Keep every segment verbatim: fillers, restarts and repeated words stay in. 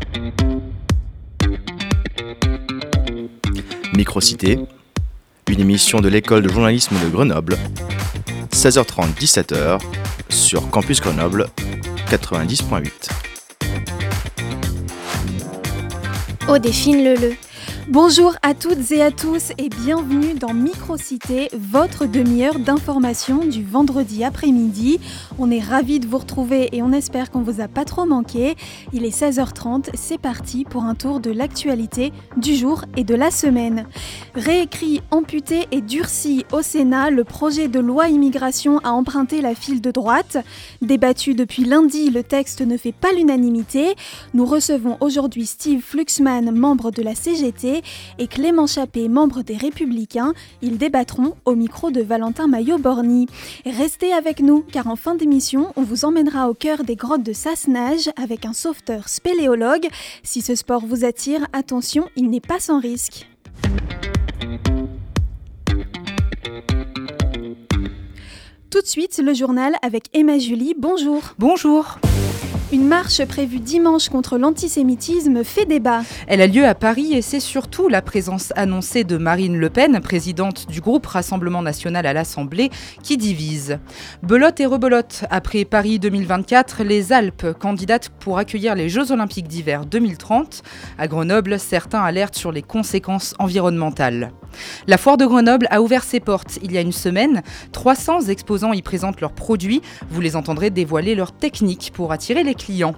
Microcité, une émission de l'école de journalisme de Grenoble, seize heures trente - dix-sept heures, sur Campus Grenoble quatre-vingt-dix point huit. Odéphine Leleu. Bonjour à toutes et à tous et bienvenue dans Microcité, votre demi-heure d'information du vendredi après-midi. On est ravis de vous retrouver et on espère qu'on vous a pas trop manqué. Il est seize heures trente, c'est parti pour un tour de l'actualité du jour et de la semaine. Réécrit, amputé et durci au Sénat, le projet de loi immigration a emprunté la file de droite. Débattu depuis lundi, le texte ne fait pas l'unanimité. Nous recevons aujourd'hui Steve Fluxman, membre de la C G T, et Clément Chappé, membre des Républicains. Ils débattront au micro de Valentin Maillot-Borny. Restez avec nous, car en fin d'émission, on vous emmènera au cœur des grottes de Sassenage avec un sauveteur spéléologue. Si ce sport vous attire, attention, il n'est pas sans risque. Tout de suite, le journal avec Emma Julie. Bonjour. Bonjour. Une marche prévue dimanche contre l'antisémitisme fait débat. Elle a lieu à Paris et c'est surtout la présence annoncée de Marine Le Pen, présidente du groupe Rassemblement National à l'Assemblée, qui divise. Belote et rebelote. Après Paris deux mille vingt-quatre, les Alpes, candidates pour accueillir les Jeux Olympiques d'hiver deux mille trente. À Grenoble, certains alertent sur les conséquences environnementales. La foire de Grenoble a ouvert ses portes il y a une semaine. trois cents exposants y présentent leurs produits. Vous les entendrez dévoiler leurs techniques pour attirer les clients.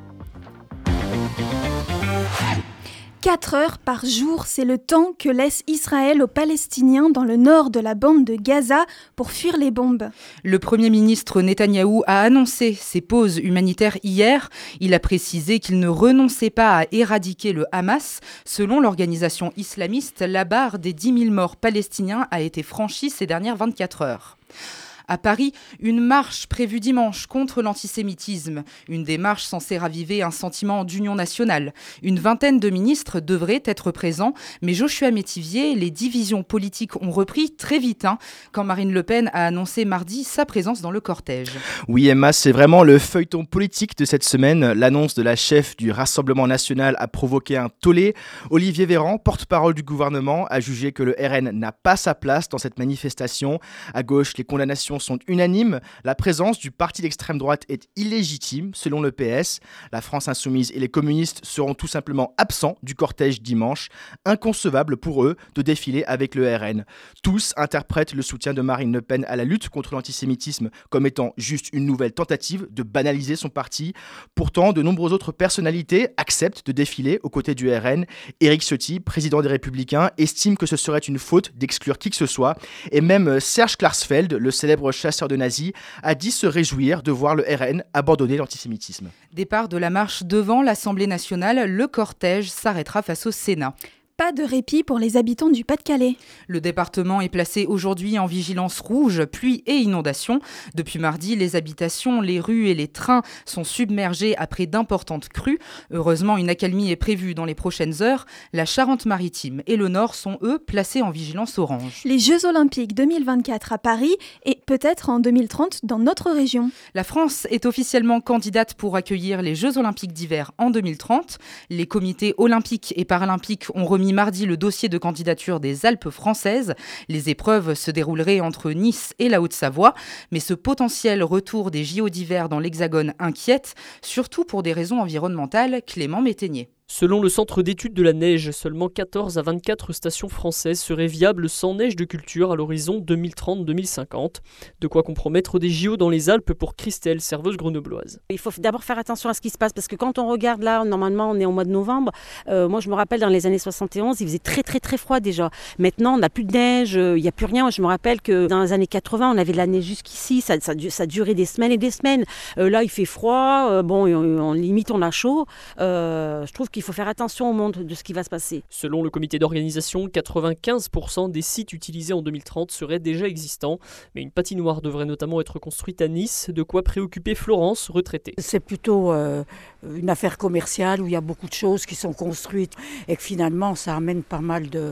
quatre heures par jour, c'est le temps que laisse Israël aux Palestiniens dans le nord de la bande de Gaza pour fuir les bombes. Le Premier ministre Netanyahou a annoncé ses pauses humanitaires hier. Il a précisé qu'il ne renonçait pas à éradiquer le Hamas. Selon l'organisation islamiste, la barre des dix mille morts palestiniens a été franchie ces dernières vingt-quatre heures. À Paris, une marche prévue dimanche contre l'antisémitisme. Une démarche censée raviver un sentiment d'union nationale. Une vingtaine de ministres devraient être présents, mais Joshua Métivier, les divisions politiques ont repris très vite, hein, quand Marine Le Pen a annoncé mardi sa présence dans le cortège. Oui Emma, c'est vraiment le feuilleton politique de cette semaine. L'annonce de la chef du Rassemblement National a provoqué un tollé. Olivier Véran, porte-parole du gouvernement, a jugé que le R N n'a pas sa place dans cette manifestation. À gauche, les condamnations sont unanimes. La présence du parti d'extrême droite est illégitime, selon le P S. La France insoumise et les communistes seront tout simplement absents du cortège dimanche. Inconcevable pour eux de défiler avec le R N. Tous interprètent le soutien de Marine Le Pen à la lutte contre l'antisémitisme comme étant juste une nouvelle tentative de banaliser son parti. Pourtant, de nombreuses autres personnalités acceptent de défiler aux côtés du R N. Éric Ciotti, président des Républicains, estime que ce serait une faute d'exclure qui que ce soit. Et même Serge Klarsfeld, le célèbre chasseur de nazis, a dit se réjouir de voir le R N abandonner l'antisémitisme. Départ de la marche devant l'Assemblée nationale, le cortège s'arrêtera face au Sénat. Pas de répit pour les habitants du Pas-de-Calais. Le département est placé aujourd'hui en vigilance rouge, pluie et inondation. Depuis mardi, les habitations, les rues et les trains sont submergés après d'importantes crues. Heureusement, une accalmie est prévue dans les prochaines heures. La Charente-Maritime et le Nord sont, eux, placés en vigilance orange. Les Jeux Olympiques deux mille vingt-quatre à Paris et peut-être en deux mille trente dans notre région. La France est officiellement candidate pour accueillir les Jeux Olympiques d'hiver en deux mille trente. Les comités olympiques et paralympiques ont remis mardi le dossier de candidature des Alpes françaises. Les épreuves se dérouleraient entre Nice et la Haute-Savoie, mais ce potentiel retour des J O d'hiver dans l'Hexagone inquiète, surtout pour des raisons environnementales. Clément Métainier. Selon le Centre d'études de la neige, seulement quatorze à vingt-quatre stations françaises seraient viables sans neige de culture à l'horizon deux mille trente deux mille cinquante. De quoi compromettre des J O dans les Alpes pour Christelle, serveuse grenobloise. Il faut d'abord faire attention à ce qui se passe, parce que quand on regarde là, normalement on est au mois de novembre, euh, moi je me rappelle dans les années soixante et onze, il faisait très très très froid déjà. Maintenant on n'a plus de neige, il euh, n'y a plus rien. Moi, je me rappelle que dans les années quatre-vingts, on avait de la neige jusqu'ici, ça, ça, ça durait des semaines et des semaines. Euh, là il fait froid, euh, bon, on, on, limite on a chaud. Euh, je trouve qu'il Il faut faire attention au monde de ce qui va se passer. Selon le comité d'organisation, quatre-vingt-quinze pour cent des sites utilisés en deux mille trente seraient déjà existants. Mais une patinoire devrait notamment être construite à Nice, de quoi préoccuper Florence, retraitée. C'est plutôt euh, une affaire commerciale où il y a beaucoup de choses qui sont construites et que finalement ça amène pas mal de...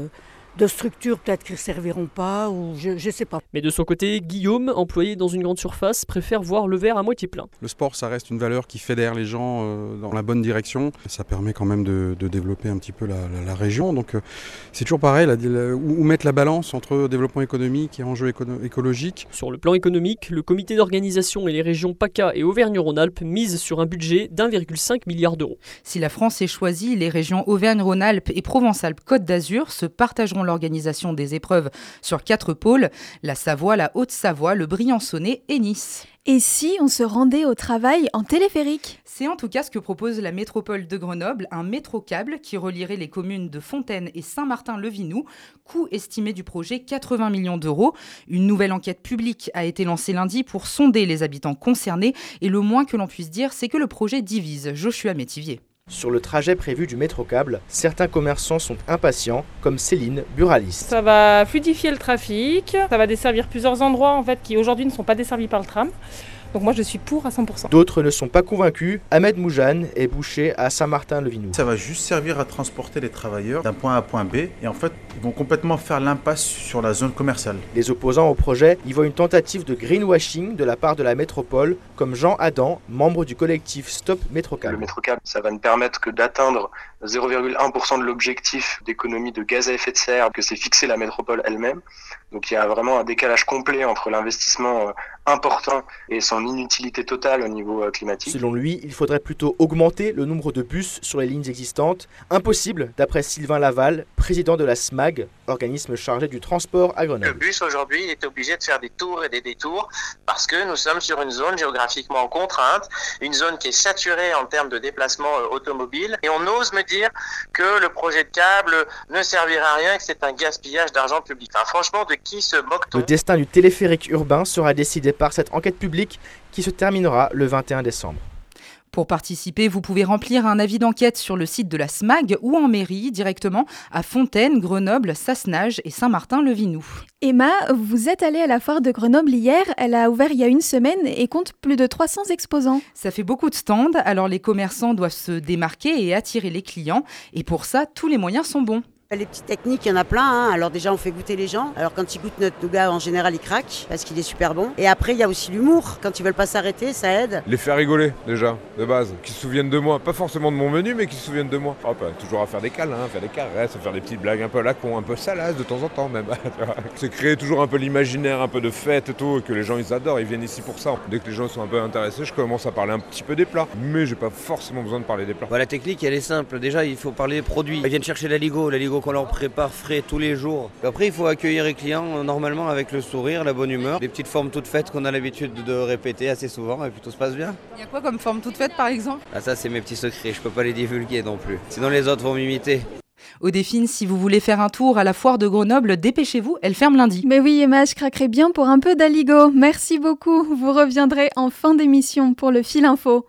de structures peut-être qui ne serviront pas, ou je ne sais pas. Mais de son côté, Guillaume, employé dans une grande surface, préfère voir le verre à moitié plein. Le sport, ça reste une valeur qui fédère les gens euh, dans la bonne direction. Ça permet quand même de, de développer un petit peu la, la, la région. Donc euh, c'est toujours pareil, la, la, où, où mettre la balance entre développement économique et enjeux éco- écologiques. Sur le plan économique, le comité d'organisation et les régions PACA et Auvergne-Rhône-Alpes misent sur un budget d'un virgule cinq milliard d'euros. Si la France est choisie, les régions Auvergne-Rhône-Alpes et Provence-Alpes-Côte d'Azur se partageront l'organisation des épreuves sur quatre pôles, la Savoie, la Haute-Savoie, le Briançonnais et Nice. Et si on se rendait au travail en téléphérique ? C'est en tout cas ce que propose la métropole de Grenoble, un métrocable qui relierait les communes de Fontaine et Saint-Martin-le-Vinoux. Coût estimé du projet quatre-vingts millions d'euros. Une nouvelle enquête publique a été lancée lundi pour sonder les habitants concernés. Et le moins que l'on puisse dire, c'est que le projet divise. Joshua Métivier. Sur le trajet prévu du métrocable, certains commerçants sont impatients, comme Céline, buraliste. Ça va fluidifier le trafic, ça va desservir plusieurs endroits en fait, qui aujourd'hui ne sont pas desservis par le tram. Donc moi je suis pour à cent pour cent. D'autres ne sont pas convaincus. Ahmed Moujane est boucher à Saint-Martin-le-Vinoux. Ça va juste servir à transporter les travailleurs d'un point A à point B et en fait ils vont complètement faire l'impasse sur la zone commerciale. Les opposants au projet y voient une tentative de greenwashing de la part de la métropole, comme Jean Adam, membre du collectif Stop Métrocable. Le métrocable, ça va ne permettre que d'atteindre zéro virgule un pour cent de l'objectif d'économie de gaz à effet de serre que s'est fixé la métropole elle-même. Donc il y a vraiment un décalage complet entre l'investissement important et son inutilité totale au niveau climatique. Selon lui, il faudrait plutôt augmenter le nombre de bus sur les lignes existantes. Impossible, d'après Sylvain Laval, président de la S M A G, organisme chargé du transport à Grenoble. Le bus aujourd'hui, il est obligé de faire des tours et des détours parce que nous sommes sur une zone géographiquement contrainte, une zone qui est saturée en termes de déplacement automobile. Et on ose me dire que le projet de câble ne servira à rien et que c'est un gaspillage d'argent public. Enfin, franchement, de qui se moque-t-on ? Le destin du téléphérique urbain sera décidé par cette enquête publique qui se terminera le vingt et un décembre. Pour participer, vous pouvez remplir un avis d'enquête sur le site de la S M A G ou en mairie directement à Fontaine, Grenoble, Sassenage et Saint-Martin-le-Vinoux. Emma, vous êtes allée à la foire de Grenoble hier. Elle a ouvert il y a une semaine et compte plus de trois cents exposants. Ça fait beaucoup de stands, alors les commerçants doivent se démarquer et attirer les clients. Et pour ça, tous les moyens sont bons. Les petites techniques, il y en a plein. Hein. Alors déjà, on fait goûter les gens. Alors quand ils goûtent notre nougat, en général, ils craquent parce qu'il est super bon. Et après, il y a aussi l'humour. Quand ils veulent pas s'arrêter, ça aide. Les faire rigoler, déjà, de base. Qu'ils se souviennent de moi. Pas forcément de mon menu, mais qu'ils se souviennent de moi. Oh, bah, toujours à faire des câlins, faire des caresses, faire des petites blagues un peu à la con, un peu salaces de temps en temps même. C'est créer toujours un peu l'imaginaire, un peu de fête et tout, et que les gens, ils adorent. Ils viennent ici pour ça. Dès que les gens sont un peu intéressés, je commence à parler un petit peu des plats. Mais j'ai pas forcément besoin de parler des plats. Bah, la technique, elle est simple. Déjà, il faut parler des produits. Ils viennent chercher l'aligot, l'aligot qu'on leur prépare frais tous les jours. Après, il faut accueillir les clients normalement avec le sourire, la bonne humeur, les petites formes toutes faites qu'on a l'habitude de répéter assez souvent et puis tout se passe bien. Il y a quoi comme forme toute faite par exemple ? Ah ça c'est mes petits secrets, je peux pas les divulguer non plus. Sinon les autres vont m'imiter. Au Défine, si vous voulez faire un tour à la foire de Grenoble, dépêchez-vous, elle ferme lundi. Mais oui Emma, je craquerai bien pour un peu d'aligot. Merci beaucoup, vous reviendrez en fin d'émission pour le fil info.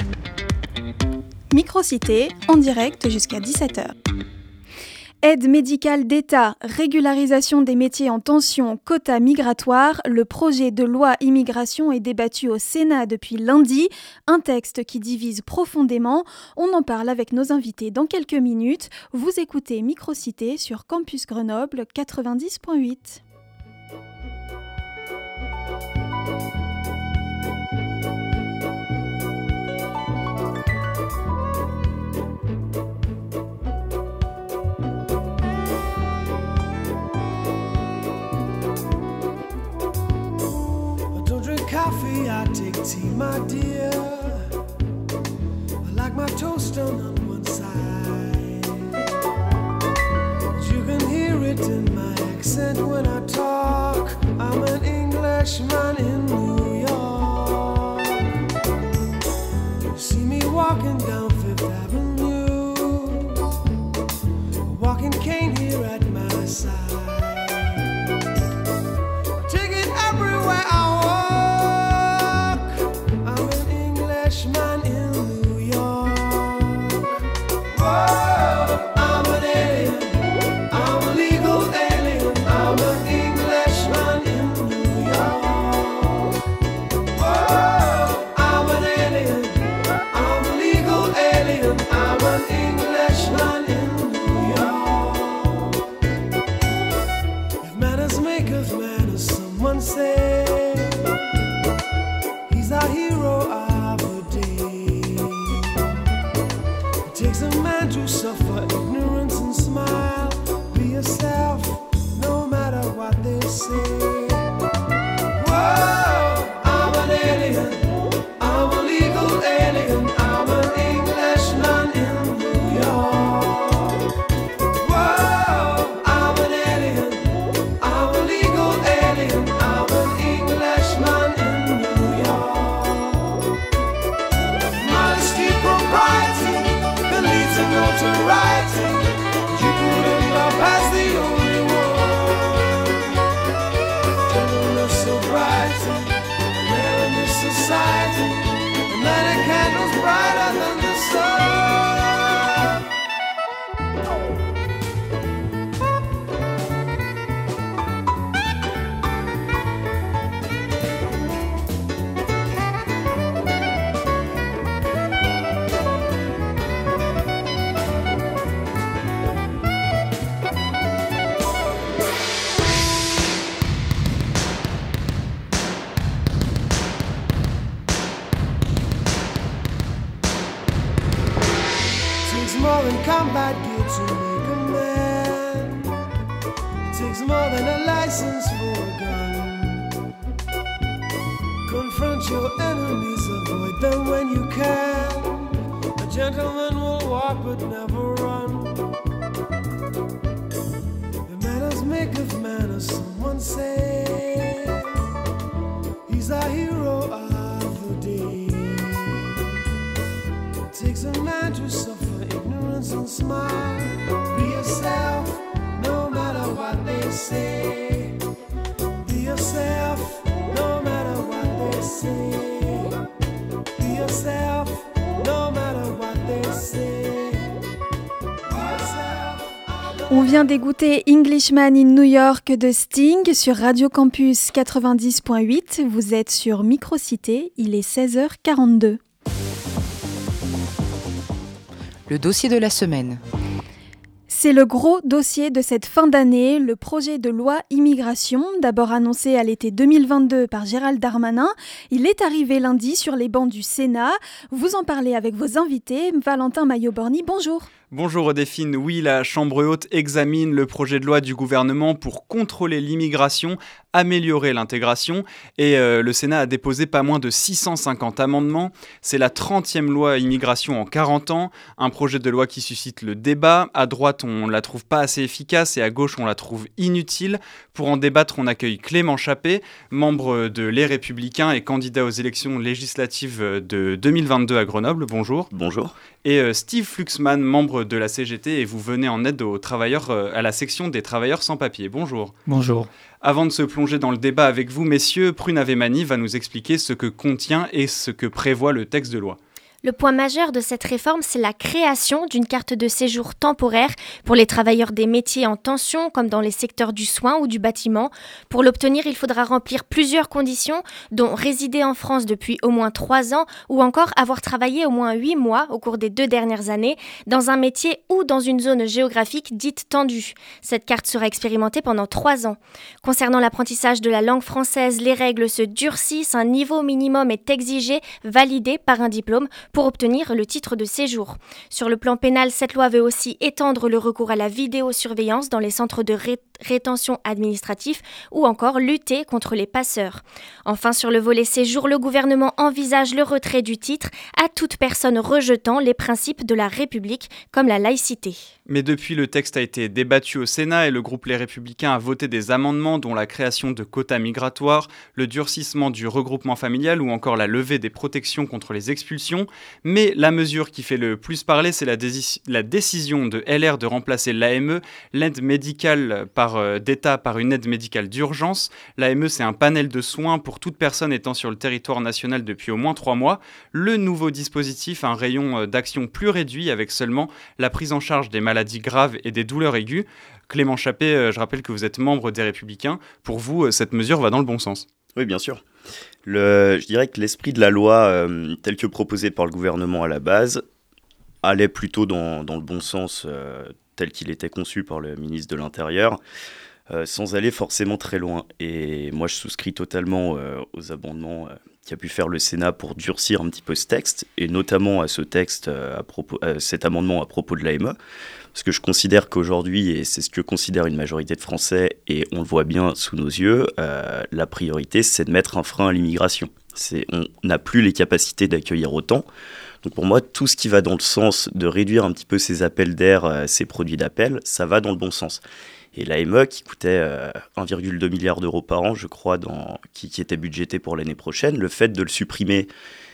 Microcité, en direct jusqu'à dix-sept heures. Aide médicale d'État, régularisation des métiers en tension, quotas migratoires, le projet de loi immigration est débattu au Sénat depuis lundi, un texte qui divise profondément. On en parle avec nos invités dans quelques minutes. Vous écoutez Microcité sur Campus Grenoble quatre-vingt-dix point huit. Coffee, I take tea, my dear. I like my toast done on one side. You can hear it in my accent when I talk. I'm an Englishman in New York. You see me walking down Fifth Avenue, a walking cane here at my side. Take it everywhere I man in New York. Whoa, I'm an alien, I'm a legal alien, I'm an Englishman in New York. Whoa, I'm an alien, I'm a legal alien, I'm an Englishman in New York. takes a man to suffer ignorance and smile. Be yourself, no matter what they say. Whoa, I'm an alien, I'm a legal alien, I'm an Englishman in New York. Whoa, I'm an alien, I'm a legal alien, I'm an Englishman in New York. Modesty, propriety, can lead to notoriety. You couldn't love as the only one. Gentleness, sobriety, rare in this society. And light a candles brighter than the sun. Takes more than combat gear to make a man. It takes more than a license for a gun. Confront your enemies, avoid them when you can. A gentleman will walk but never run. The manners make of manners, someone say. He's a hero of the day. It takes a man to suffer ignorance and smile. Be yourself, no matter what they say. Be yourself, no matter what they say. Be yourself, no matter what they say. Be yourself. On vient d'écouter Englishman in New York de Sting sur Radio Campus quatre-vingt-dix point huit. Vous êtes sur Microcité, il est seize heures quarante-deux. Le dossier de la semaine. C'est le gros dossier de cette fin d'année, le projet de loi immigration, d'abord annoncé à l'été deux mille vingt-deux par Gérald Darmanin. Il est arrivé lundi sur les bancs du Sénat. Vous en parlez avec vos invités. Valentin Maillot-Borny, bonjour. Bonjour Odéphine, oui, la Chambre haute examine le projet de loi du gouvernement pour contrôler l'immigration, améliorer l'intégration et euh, le Sénat a déposé pas moins de six cent cinquante amendements. C'est la trentième loi immigration en quarante ans, un projet de loi qui suscite le débat. À droite, on la trouve pas assez efficace et à gauche, on la trouve inutile. Pour en débattre, on accueille Clément Chappé, membre de Les Républicains et candidat aux élections législatives de deux mille vingt-deux à Grenoble. Bonjour. Bonjour. Et euh, Steve Fluxman, membre de la C G T, et vous venez en aide aux travailleurs, euh, à la section des travailleurs sans papier. Bonjour. Bonjour. Avant de se plonger dans le débat avec vous, messieurs, Prune Avemani va nous expliquer ce que contient et ce que prévoit le texte de loi. Le point majeur de cette réforme, c'est la création d'une carte de séjour temporaire pour les travailleurs des métiers en tension, comme dans les secteurs du soin ou du bâtiment. Pour l'obtenir, il faudra remplir plusieurs conditions, dont résider en France depuis au moins trois ans ou encore avoir travaillé au moins huit mois au cours des deux dernières années dans un métier ou dans une zone géographique dite tendue. Cette carte sera expérimentée pendant trois ans. Concernant l'apprentissage de la langue française, les règles se durcissent. Un niveau minimum est exigé, validé par un diplôme, pour obtenir le titre de séjour. Sur le plan pénal, cette loi veut aussi étendre le recours à la vidéosurveillance dans les centres de ré- rétention administratif ou encore lutter contre les passeurs. Enfin, sur le volet séjour, le gouvernement envisage le retrait du titre à toute personne rejetant les principes de la République comme la laïcité. Mais depuis, le texte a été débattu au Sénat et le groupe Les Républicains a voté des amendements dont la création de quotas migratoires, le durcissement du regroupement familial ou encore la levée des protections contre les expulsions. Mais la mesure qui fait le plus parler, c'est la, dési- la décision de L R de remplacer l'A M E, l'aide médicale par, euh, d'État, par une aide médicale d'urgence. L'A M E, c'est un panel de soins pour toute personne étant sur le territoire national depuis au moins trois mois. Le nouveau dispositif a un rayon euh, d'action plus réduit avec seulement la prise en charge des maladies graves et des douleurs aiguës. Clément Chappé, euh, je rappelle que vous êtes membre des Républicains. Pour vous, euh, cette mesure va dans le bon sens. Oui, bien sûr. Le, je dirais que l'esprit de la loi, euh, tel que proposé par le gouvernement à la base, allait plutôt dans, dans le bon sens, euh, tel qu'il était conçu par le ministre de l'Intérieur. euh, sans aller forcément très loin. Et moi, je souscris totalement euh, aux amendements euh, qu'a pu faire le Sénat pour durcir un petit peu ce texte, et notamment à ce texte, euh, à propos, euh, cet amendement à propos de l'A M E, parce que je considère qu'aujourd'hui, et c'est ce que considère une majorité de Français, et on le voit bien sous nos yeux, euh, la priorité, c'est de mettre un frein à l'immigration. C'est, on n'a plus les capacités d'accueillir autant. Donc pour moi, tout ce qui va dans le sens de réduire un petit peu ces appels d'air, euh, ces produits d'appel, ça va dans le bon sens. Et l'A M E, qui coûtait euh, un virgule deux milliard d'euros par an, je crois, dans, qui, qui était budgété pour l'année prochaine, le fait de le supprimer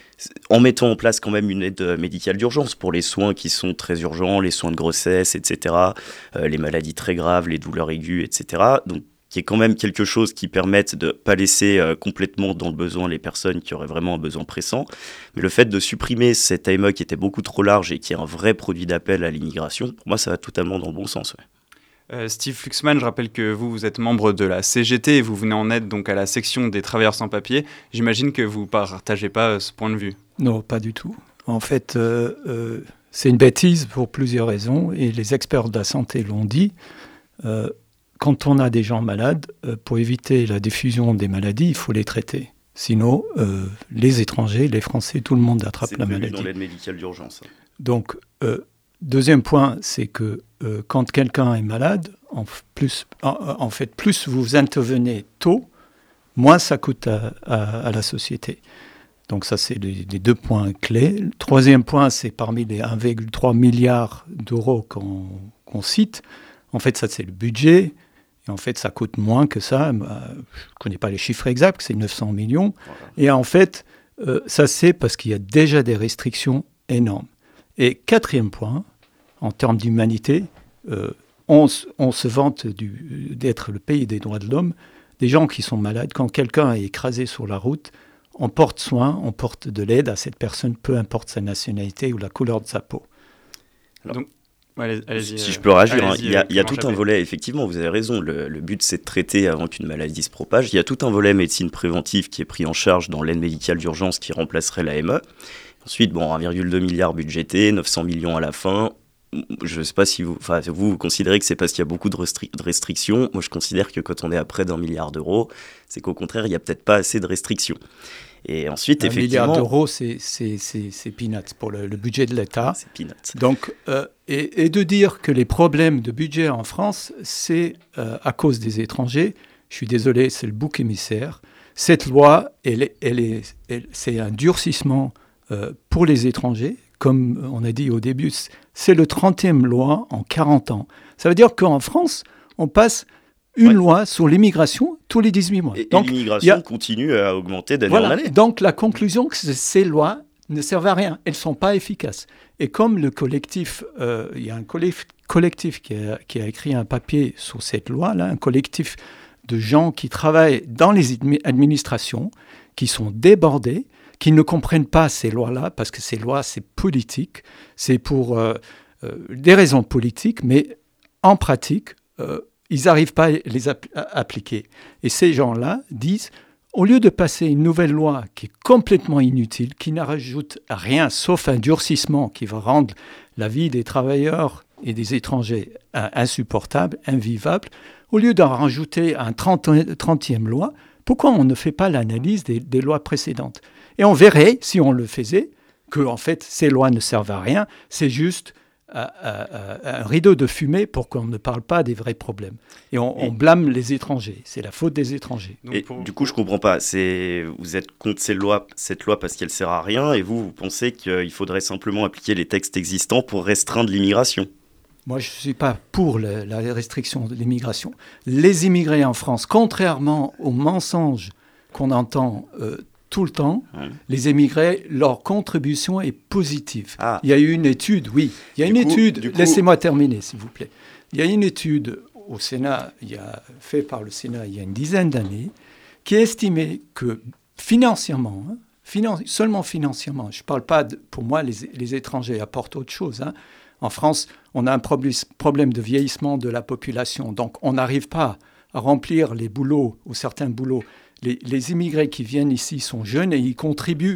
en mettant en place quand même une aide médicale d'urgence pour les soins qui sont très urgents, les soins de grossesse, et cetera, euh, les maladies très graves, les douleurs aiguës, et cetera. Donc, qui est quand même quelque chose qui permette de ne pas laisser euh, complètement dans le besoin les personnes qui auraient vraiment un besoin pressant. Mais le fait de supprimer cette A M E qui était beaucoup trop large et qui est un vrai produit d'appel à l'immigration, pour moi, ça va totalement dans le bon sens. Ouais. Euh, Steve Fluxman, je rappelle que vous, vous êtes membre de la C G T et vous venez en aide donc à la section des travailleurs sans papier. J'imagine que vous ne partagez pas ce point de vue. Non, pas du tout. En fait, euh, euh, c'est une bêtise pour plusieurs raisons, et les experts de la santé l'ont dit. Euh, quand on a des gens malades, euh, pour éviter la diffusion des maladies, il faut les traiter. Sinon, euh, les étrangers, les Français, tout le monde attrape c'est la maladie. C'est prévu dans l'aide médicale d'urgence. Donc, euh, deuxième point, c'est que euh, quand quelqu'un est malade, en, plus, en, en fait, plus vous intervenez tôt, moins ça coûte à, à, à la société. Donc ça, c'est les, les deux points clés. Le troisième point, c'est parmi les un virgule trois milliard d'euros qu'on, qu'on cite. En fait, ça, c'est le budget. Et en fait, ça coûte moins que ça. Je ne connais pas les chiffres exacts, c'est neuf cents millions. Voilà. Et en fait, euh, ça, c'est parce qu'il y a déjà des restrictions énormes. Et quatrième point, en termes d'humanité, euh, on, on se vante du, d'être le pays des droits de l'homme. Des gens qui sont malades, quand quelqu'un est écrasé sur la route, on porte soin, on porte de l'aide à cette personne, peu importe sa nationalité ou la couleur de sa peau. Alors, Donc, allez, allez-y, si euh, je peux réagir, hein, il y a, il y a tout j'appelle. un volet, effectivement, vous avez raison, le, le but c'est de traiter avant qu'une maladie se propage. Il y a tout un volet médecine préventive qui est pris en charge dans l'aide médicale d'urgence qui remplacerait l'A M E. Ensuite, bon, un virgule deux milliard budgété, neuf cents millions à la fin. Je ne sais pas si vous, enfin, vous, vous considérez que c'est parce qu'il y a beaucoup de, restri- de restrictions. Moi, je considère que quand on est à près d'un milliard d'euros, c'est qu'au contraire, il n'y a peut-être pas assez de restrictions. Et ensuite, un effectivement... Un milliard d'euros, c'est, c'est, c'est, c'est peanuts pour le, le budget de l'État. C'est peanuts. Donc, euh, et, et de dire que les problèmes de budget en France, c'est euh, à cause des étrangers, je suis désolé, c'est le bouc émissaire. Cette loi, elle est, elle est, elle, c'est un durcissement euh, pour les étrangers. Comme on a dit au début, c'est le trentième loi en quarante ans. Ça veut dire qu'en France, on passe une ouais. loi sur l'immigration tous les dix-huit mois. Et, donc, et l'immigration a... continue à augmenter d'année voilà. en année. Donc la conclusion, c'est que ces lois ne servent à rien. Elles ne sont pas efficaces. Et comme le collectif, euh, il y a un collectif qui a, qui a écrit un papier sur cette loi-là, un collectif de gens qui travaillent dans les administrations, qui sont débordés, qui ne comprennent pas ces lois-là, parce que ces lois, c'est politique, c'est pour euh, euh, des raisons politiques, mais en pratique, euh, ils n'arrivent pas à les ap- à appliquer. Et ces gens-là disent, au lieu de passer une nouvelle loi qui est complètement inutile, qui ne rajoute rien, sauf un durcissement qui va rendre la vie des travailleurs et des étrangers euh, insupportable, invivable, au lieu d'en rajouter un trentième loi, pourquoi on ne fait pas l'analyse des, des lois précédentes ? Et on verrait, si on le faisait, que en fait, ces lois ne servent à rien. C'est juste euh, euh, un rideau de fumée pour qu'on ne parle pas des vrais problèmes. Et on, et on blâme les étrangers. C'est la faute des étrangers. Et pour... du coup, je ne comprends pas. C'est... Vous êtes contre ces lois, cette loi parce qu'elle ne sert à rien, et vous, vous pensez qu'il faudrait simplement appliquer les textes existants pour restreindre l'immigration ? Moi, je ne suis pas pour la, la restriction de l'immigration. Les immigrés en France, contrairement aux mensonges qu'on entend euh, tout le temps, mmh. les immigrés, leur contribution est positive. Ah. Il y a eu une étude, oui, il y a du une coup, étude, coup... laissez-moi terminer s'il vous plaît. Il y a une étude au Sénat, il y a, fait par le Sénat il y a une dizaine d'années, qui estimait que financièrement, hein, finan- seulement financièrement, je ne parle pas, de, pour moi, les, les étrangers apportent autre chose. Hein. En France, on a un problème de vieillissement de la population, donc on n'arrive pas à remplir les boulots ou certains boulots. Les, les immigrés qui viennent ici sont jeunes et ils contribuent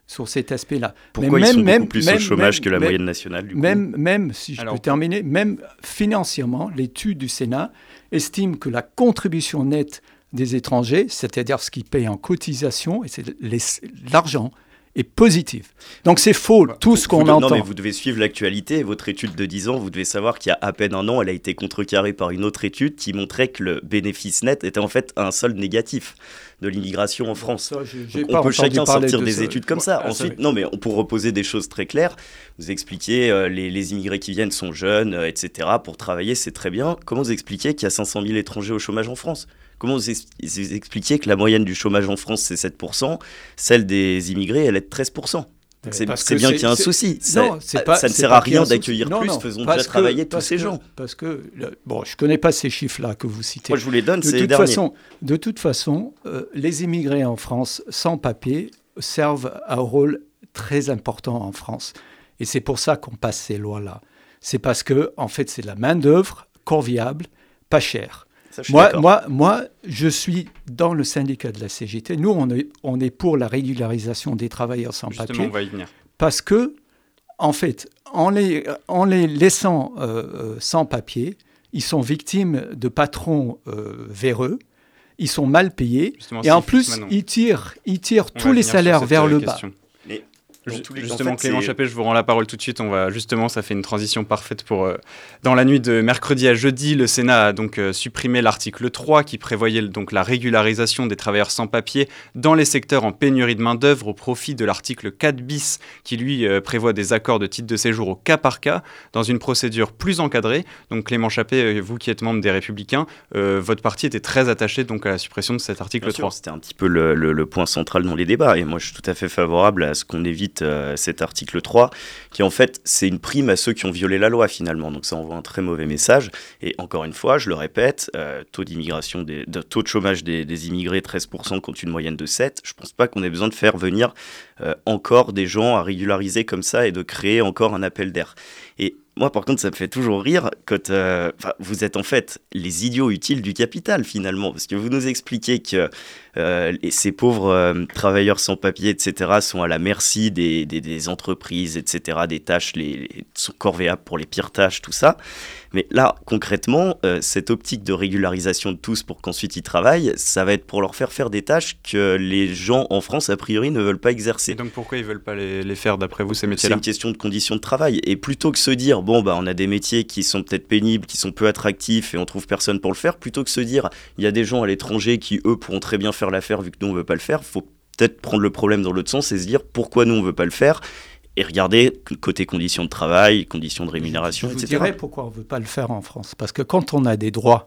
sur cet aspect-là. Pourquoi mais ils même, sont même, beaucoup plus même, au chômage même, que la même, moyenne nationale du coup même, même, si je Alors, peux terminer, même financièrement, l'étude du Sénat estime que la contribution nette des étrangers, c'est-à-dire ce qu'ils payent en cotisation, et c'est les, l'argent, est positive. Donc c'est faux, tout ce qu'on vous, entend. Non, mais vous devez suivre l'actualité. Votre étude de dix ans, vous devez savoir qu'il y a à peine un an, elle a été contrecarrée par une autre étude qui montrait que le bénéfice net était en fait un solde négatif de l'immigration en France. Ça, j'ai, j'ai Donc, on peut chacun sortir de des ça. études comme Ouais, ça. ah, Ensuite, ça, non, mais on peut reposer des choses très claires. Vous expliquez euh, les, les immigrés qui viennent sont jeunes, euh, et cetera. Pour travailler, c'est très bien. Comment vous expliquez qu'il y a cinq cent mille étrangers au chômage en France ? Comment vous, ex- vous expliquez que la moyenne du chômage en France, c'est sept pour cent, celle des immigrés, elle est de treize pour cent ? C'est, c'est bien c'est, qu'il y a un c'est, souci. Non, ça, pas, ça ne sert pas à rien souci. d'accueillir non, plus, non, faisons déjà que, travailler tous ces que, gens. Parce que, le, bon, je ne connais pas ces chiffres-là que vous citez. Moi, je vous les donne, de c'est les toute derniers. Façon, de toute façon, euh, les immigrés en France sans papier servent un rôle très important en France. Et c'est pour ça qu'on passe ces lois-là. C'est parce que, en fait, c'est de la main-d'œuvre conviable, pas chère. Ça, je suis moi, d'accord. moi, moi, je suis dans le syndicat de la C G T. Nous, on est, on est pour la régularisation des travailleurs sans Justement, papier. on va y venir. Parce que, en fait, en les, en les laissant euh, sans papier, ils sont victimes de patrons euh, véreux, ils sont mal payés, Justement, et en c'est plus, Manon. ils tirent, ils tirent On tous va les venir sur salaires cette, vers euh, le question. bas. Mais Just- tous les- Justement, en fait, Clément c'est- Chappé, je vous rends la parole tout de suite. On va justement, ça fait une transition parfaite pour. Euh, dans la nuit de mercredi à jeudi, le Sénat a donc euh, supprimé l'article trois qui prévoyait donc la régularisation des travailleurs sans papier dans les secteurs en pénurie de main d'œuvre au profit de l'article quatre bis qui lui euh, prévoit des accords de titre de séjour au cas par cas dans une procédure plus encadrée. Donc Clément Chappé, euh, vous qui êtes membre des Républicains, euh, votre parti était très attaché donc à la suppression de cet article Bien sûr, trois. c'était un petit peu le, le- le point central dans les débats. Et moi, je suis tout à fait favorable à ce qu'on évite euh, cet article trois, qui en fait, c'est une prime à ceux qui ont violé la loi finalement. Donc ça envoie un très mauvais message. Et encore une fois, je le répète, euh, taux d'immigration, des, de, taux de chômage des, des immigrés, treize pour cent contre une moyenne de sept. Je ne pense pas qu'on ait besoin de faire venir euh, encore des gens à régulariser comme ça et de créer encore un appel d'air. Et moi, par contre, ça me fait toujours rire quand euh, vous êtes en fait les idiots utiles du capital, finalement. Parce que vous nous expliquez que euh, et ces pauvres euh, travailleurs sans papier, et cetera, sont à la merci des, des, des entreprises, et cetera, des tâches, les, les, sont corvéables pour les pires tâches, tout ça. Mais là, concrètement, euh, cette optique de régularisation de tous pour qu'ensuite ils travaillent, ça va être pour leur faire faire des tâches que les gens en France, a priori, ne veulent pas exercer. Et donc pourquoi ils ne veulent pas les, les faire d'après vous, ces C'est métiers-là ? une question de conditions de travail. Et plutôt que se dire, bon, bah, on a des métiers qui sont peut-être pénibles, qui sont peu attractifs et on trouve personne pour le faire, plutôt que se dire, il y a des gens à l'étranger qui, eux, pourront très bien faire l'affaire vu que nous, on ne veut pas le faire, il faut peut-être prendre le problème dans l'autre sens et se dire pourquoi nous, on ne veut pas le faire. Et regardez, côté conditions de travail, conditions de rémunération, Je vous et cetera. dirais pourquoi on ne veut pas le faire en France. Parce que quand on a des droits,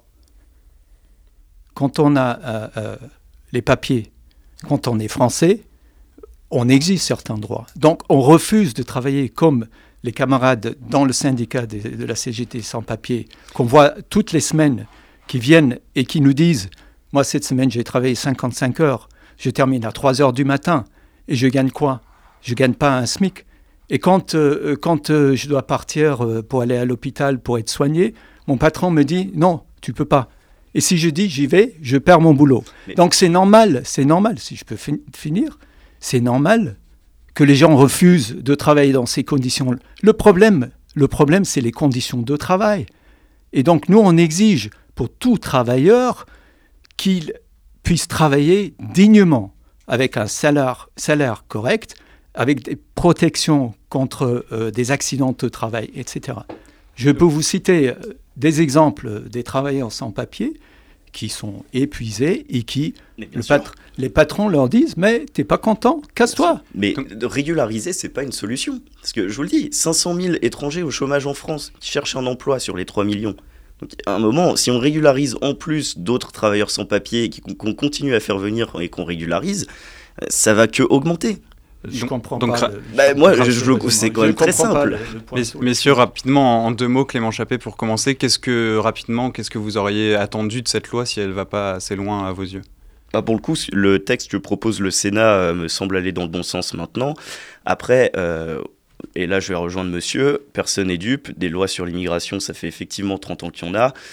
quand on a euh, euh, les papiers, quand on est français, on exige certains droits. Donc on refuse de travailler comme les camarades dans le syndicat de, de la C G T sans papier, qu'on voit toutes les semaines, qui viennent et qui nous disent « Moi, cette semaine, j'ai travaillé cinquante-cinq heures, je termine à trois heures du matin, et je gagne quoi ? Je ne gagne pas un SMIC. Et quand, euh, quand euh, je dois partir euh, pour aller à l'hôpital pour être soigné, mon patron me dit « Non, tu ne peux pas ». Et si je dis « J'y vais », je perds mon boulot. Mais... Donc c'est normal, c'est normal, si je peux fin- finir, c'est normal que les gens refusent de travailler dans ces conditions. Le problème, le problème, c'est les conditions de travail. Et donc nous, on exige pour tout travailleur qu'il puisse travailler dignement, avec un salaire, salaire correct, avec des protections contre euh, des accidents de travail, et cetera. Je peux vous citer euh, des exemples des travailleurs sans papier qui sont épuisés et qui, le patr- les patrons leur disent « Mais t'es pas content, casse-toi ». Mais de régulariser, c'est pas une solution. Parce que je vous le dis, cinq cent mille étrangers au chômage en France qui cherchent un emploi sur les trois millions. Donc à un moment, si on régularise en plus d'autres travailleurs sans papier et qu'on continue à faire venir et qu'on régularise, ça va que augmenter. Je donc, comprends donc, pas. ra- Le, bah, moi, je, je, je, c'est quand même très simple. Le, le Mais, messieurs, rapidement, en deux mots, Clément Chappé, pour commencer, qu'est-ce que, rapidement, qu'est-ce que vous auriez attendu de cette loi si elle ne va pas assez loin à vos yeux ? Bah pour le coup, le texte que propose le Sénat euh, me semble aller dans le bon sens maintenant. Après, euh, et là je vais rejoindre monsieur, personne n'est dupe, des lois sur l'immigration, ça fait effectivement trente ans qu'il y en a.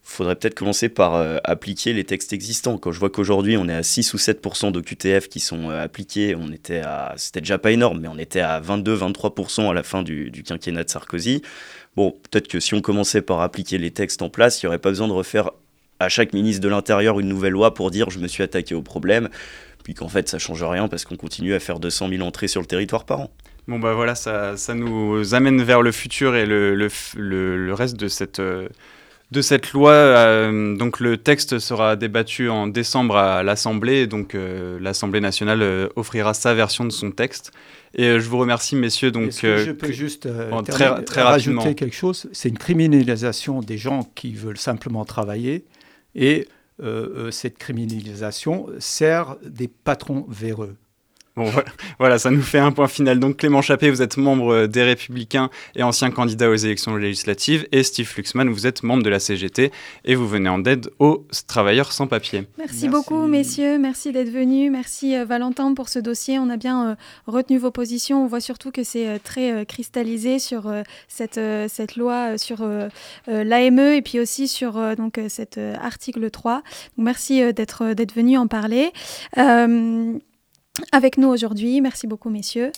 faudrait peut-être commencer par euh, appliquer les textes existants. Quand je vois qu'aujourd'hui, on est à six ou sept pour cent d'O Q T F qui sont euh, appliqués, on était à, c'était déjà pas énorme, mais on était à vingt-deux à vingt-trois pour cent à la fin du, du quinquennat de Sarkozy. Bon, peut-être que si on commençait par appliquer les textes en place, il n'y aurait pas besoin de refaire à chaque ministre de l'Intérieur une nouvelle loi pour dire « je me suis attaqué au problème », puis qu'en fait, ça ne change rien parce qu'on continue à faire deux cent mille entrées sur le territoire par an. Bon bah voilà, ça, ça nous amène vers le futur et le, le, le, le reste de cette, de cette loi. Euh, donc le texte sera débattu en décembre à l'Assemblée, donc euh, l'Assemblée nationale euh, offrira sa version de son texte. Et euh, je vous remercie messieurs. Donc, Est-ce que je peux juste euh, bon, terminer, très, très rajouter rapidement. quelque chose ? C'est une criminalisation des gens qui veulent simplement travailler et euh, euh, cette criminalisation sert des patrons véreux. Bon, voilà, ça nous fait un point final. Donc Clément Chappé, vous êtes membre des Républicains et ancien candidat aux élections législatives. Et Steve Fluxman, vous êtes membre de la C G T et vous venez en aide aux travailleurs sans papier. Merci, Merci. beaucoup, messieurs. Merci d'être venus. Merci, euh, Valentin, pour ce dossier. On a bien euh, retenu vos positions. On voit surtout que c'est euh, très euh, cristallisé sur euh, cette, euh, cette loi, euh, sur euh, euh, l'A M E et puis aussi sur euh, donc, euh, cet euh, article trois. Donc, merci euh, d'être, euh, d'être venus en parler. Euh, avec nous aujourd'hui. Merci beaucoup, messieurs.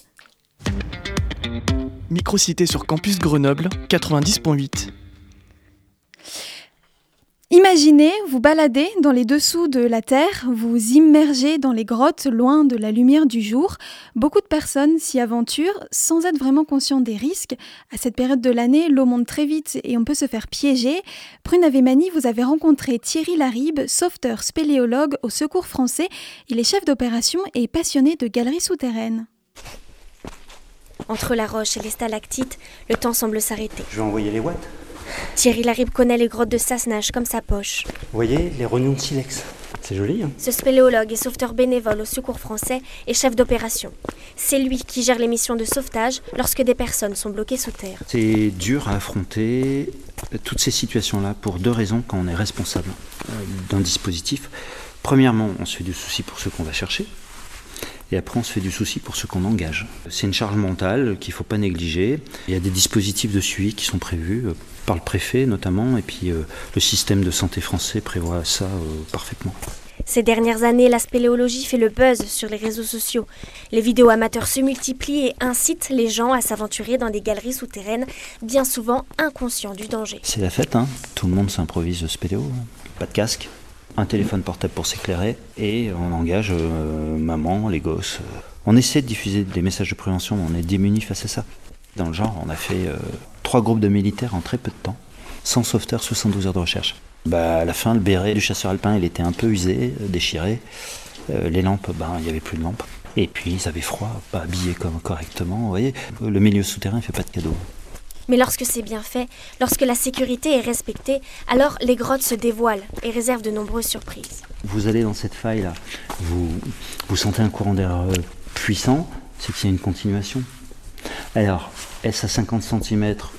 Microcité sur Campus Grenoble, quatre-vingt-dix virgule huit. Imaginez, vous baladez dans les dessous de la Terre, vous immergez dans les grottes loin de la lumière du jour. Beaucoup de personnes s'y aventurent sans être vraiment conscients des risques. À cette période de l'année, l'eau monte très vite et on peut se faire piéger. Prune Avemani, vous avez rencontré Thierry Laribe, sauveteur spéléologue au Secours français. Il est chef d'opération et passionné de galeries souterraines. Entre la roche et les stalactites, le temps semble s'arrêter. Je vais envoyer les watts. Thierry Laribe connaît les grottes de Sassenage comme sa poche. Vous voyez, les rognons de silex. C'est joli, hein ? Ce spéléologue et sauveteur bénévole au Secours français est chef d'opération. C'est lui qui gère les missions de sauvetage lorsque des personnes sont bloquées sous terre. C'est dur à affronter toutes ces situations-là pour deux raisons quand on est responsable d'un dispositif. Premièrement, on se fait du souci pour ceux qu'on va chercher. Et après, on se fait du souci pour ceux qu'on engage. C'est une charge mentale qu'il ne faut pas négliger. Il y a des dispositifs de suivi qui sont prévus euh, par le préfet notamment, et puis euh, le système de santé français prévoit ça euh, parfaitement. Ces dernières années, la spéléologie fait le buzz sur les réseaux sociaux. Les vidéos amateurs se multiplient et incitent les gens à s'aventurer dans des galeries souterraines, bien souvent inconscients du danger. C'est la fête, hein. Tout le monde s'improvise spéléo, hein. Pas de casque. Un téléphone portable pour s'éclairer et on engage euh, maman, les gosses. On essaie de diffuser des messages de prévention, mais on est démunis face à ça. Dans le genre, on a fait euh, trois groupes de militaires en très peu de temps, cent sauveteurs, soixante-douze heures de recherche. Bah, à la fin, le béret du chasseur alpin, il était un peu usé, euh, déchiré. Euh, les lampes, ben, il n'y avait plus de lampes. Et puis, ils avaient froid, pas habillés comme correctement. Vous voyez, le milieu souterrain ne fait pas de cadeaux. Mais lorsque c'est bien fait, lorsque la sécurité est respectée, alors les grottes se dévoilent et réservent de nombreuses surprises. Vous allez dans cette faille-là, vous, vous sentez un courant d'air euh, puissant, c'est qu'il y a une continuation. Alors, est-ce à cinquante centimètres,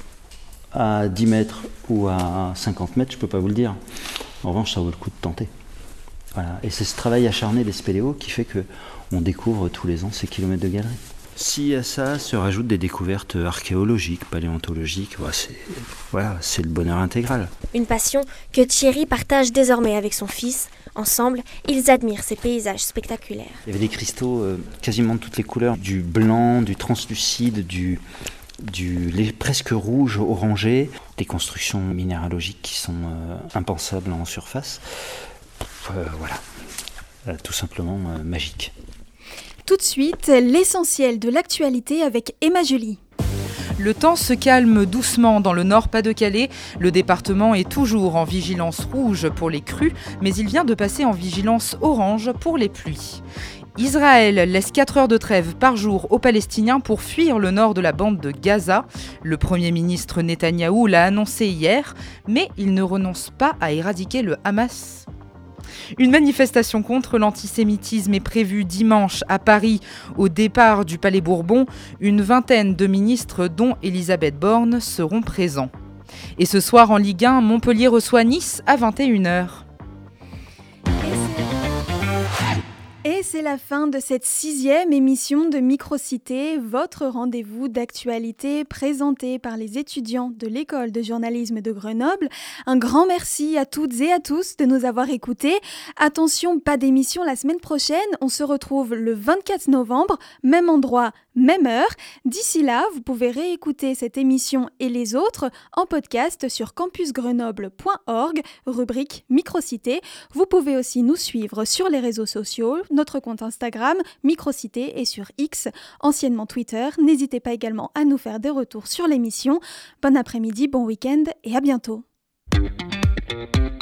à dix mètres ou à cinquante mètres, je ne peux pas vous le dire. En revanche, ça vaut le coup de tenter. Voilà. Et c'est ce travail acharné des spéléos qui fait qu'on découvre tous les ans ces kilomètres de galeries. Si à ça se rajoutent des découvertes archéologiques, paléontologiques, ouais, c'est, voilà, c'est le bonheur intégral. Une passion que Thierry partage désormais avec son fils. Ensemble, ils admirent ces paysages spectaculaires. Il y avait des cristaux euh, quasiment de toutes les couleurs, du blanc, du translucide, du, du les, presque rouge, orangé, des constructions minéralogiques qui sont euh, impensables en surface. Euh, voilà, euh, tout simplement euh, magique. Tout de suite, l'essentiel de l'actualité avec Emma Julie. Le temps se calme doucement dans le Nord-Pas-de-Calais. Le département est toujours en vigilance rouge pour les crues, mais il vient de passer en vigilance orange pour les pluies. Israël laisse quatre heures de trêve par jour aux Palestiniens pour fuir le nord de la bande de Gaza. Le Premier ministre Netanyahou l'a annoncé hier, mais il ne renonce pas à éradiquer le Hamas. Une manifestation contre l'antisémitisme est prévue dimanche à Paris. Au départ du Palais Bourbon, une vingtaine de ministres, dont Elisabeth Borne, seront présents. Et ce soir en Ligue un, Montpellier reçoit Nice à vingt et une heures. Et c'est la fin de cette sixième émission de Microcité, votre rendez-vous d'actualité présenté par les étudiants de l'école de journalisme de Grenoble. Un grand merci à toutes et à tous de nous avoir écoutés. Attention, pas d'émission la semaine prochaine, on se retrouve le vingt-quatre novembre, même endroit, même heure. D'ici là, vous pouvez réécouter cette émission et les autres en podcast sur campus grenoble point org, rubrique Microcité. Vous pouvez aussi nous suivre sur les réseaux sociaux, notre compte Instagram, Microcité, et sur X, anciennement Twitter. N'hésitez pas également à nous faire des retours sur l'émission. Bon après-midi, bon week-end et à bientôt.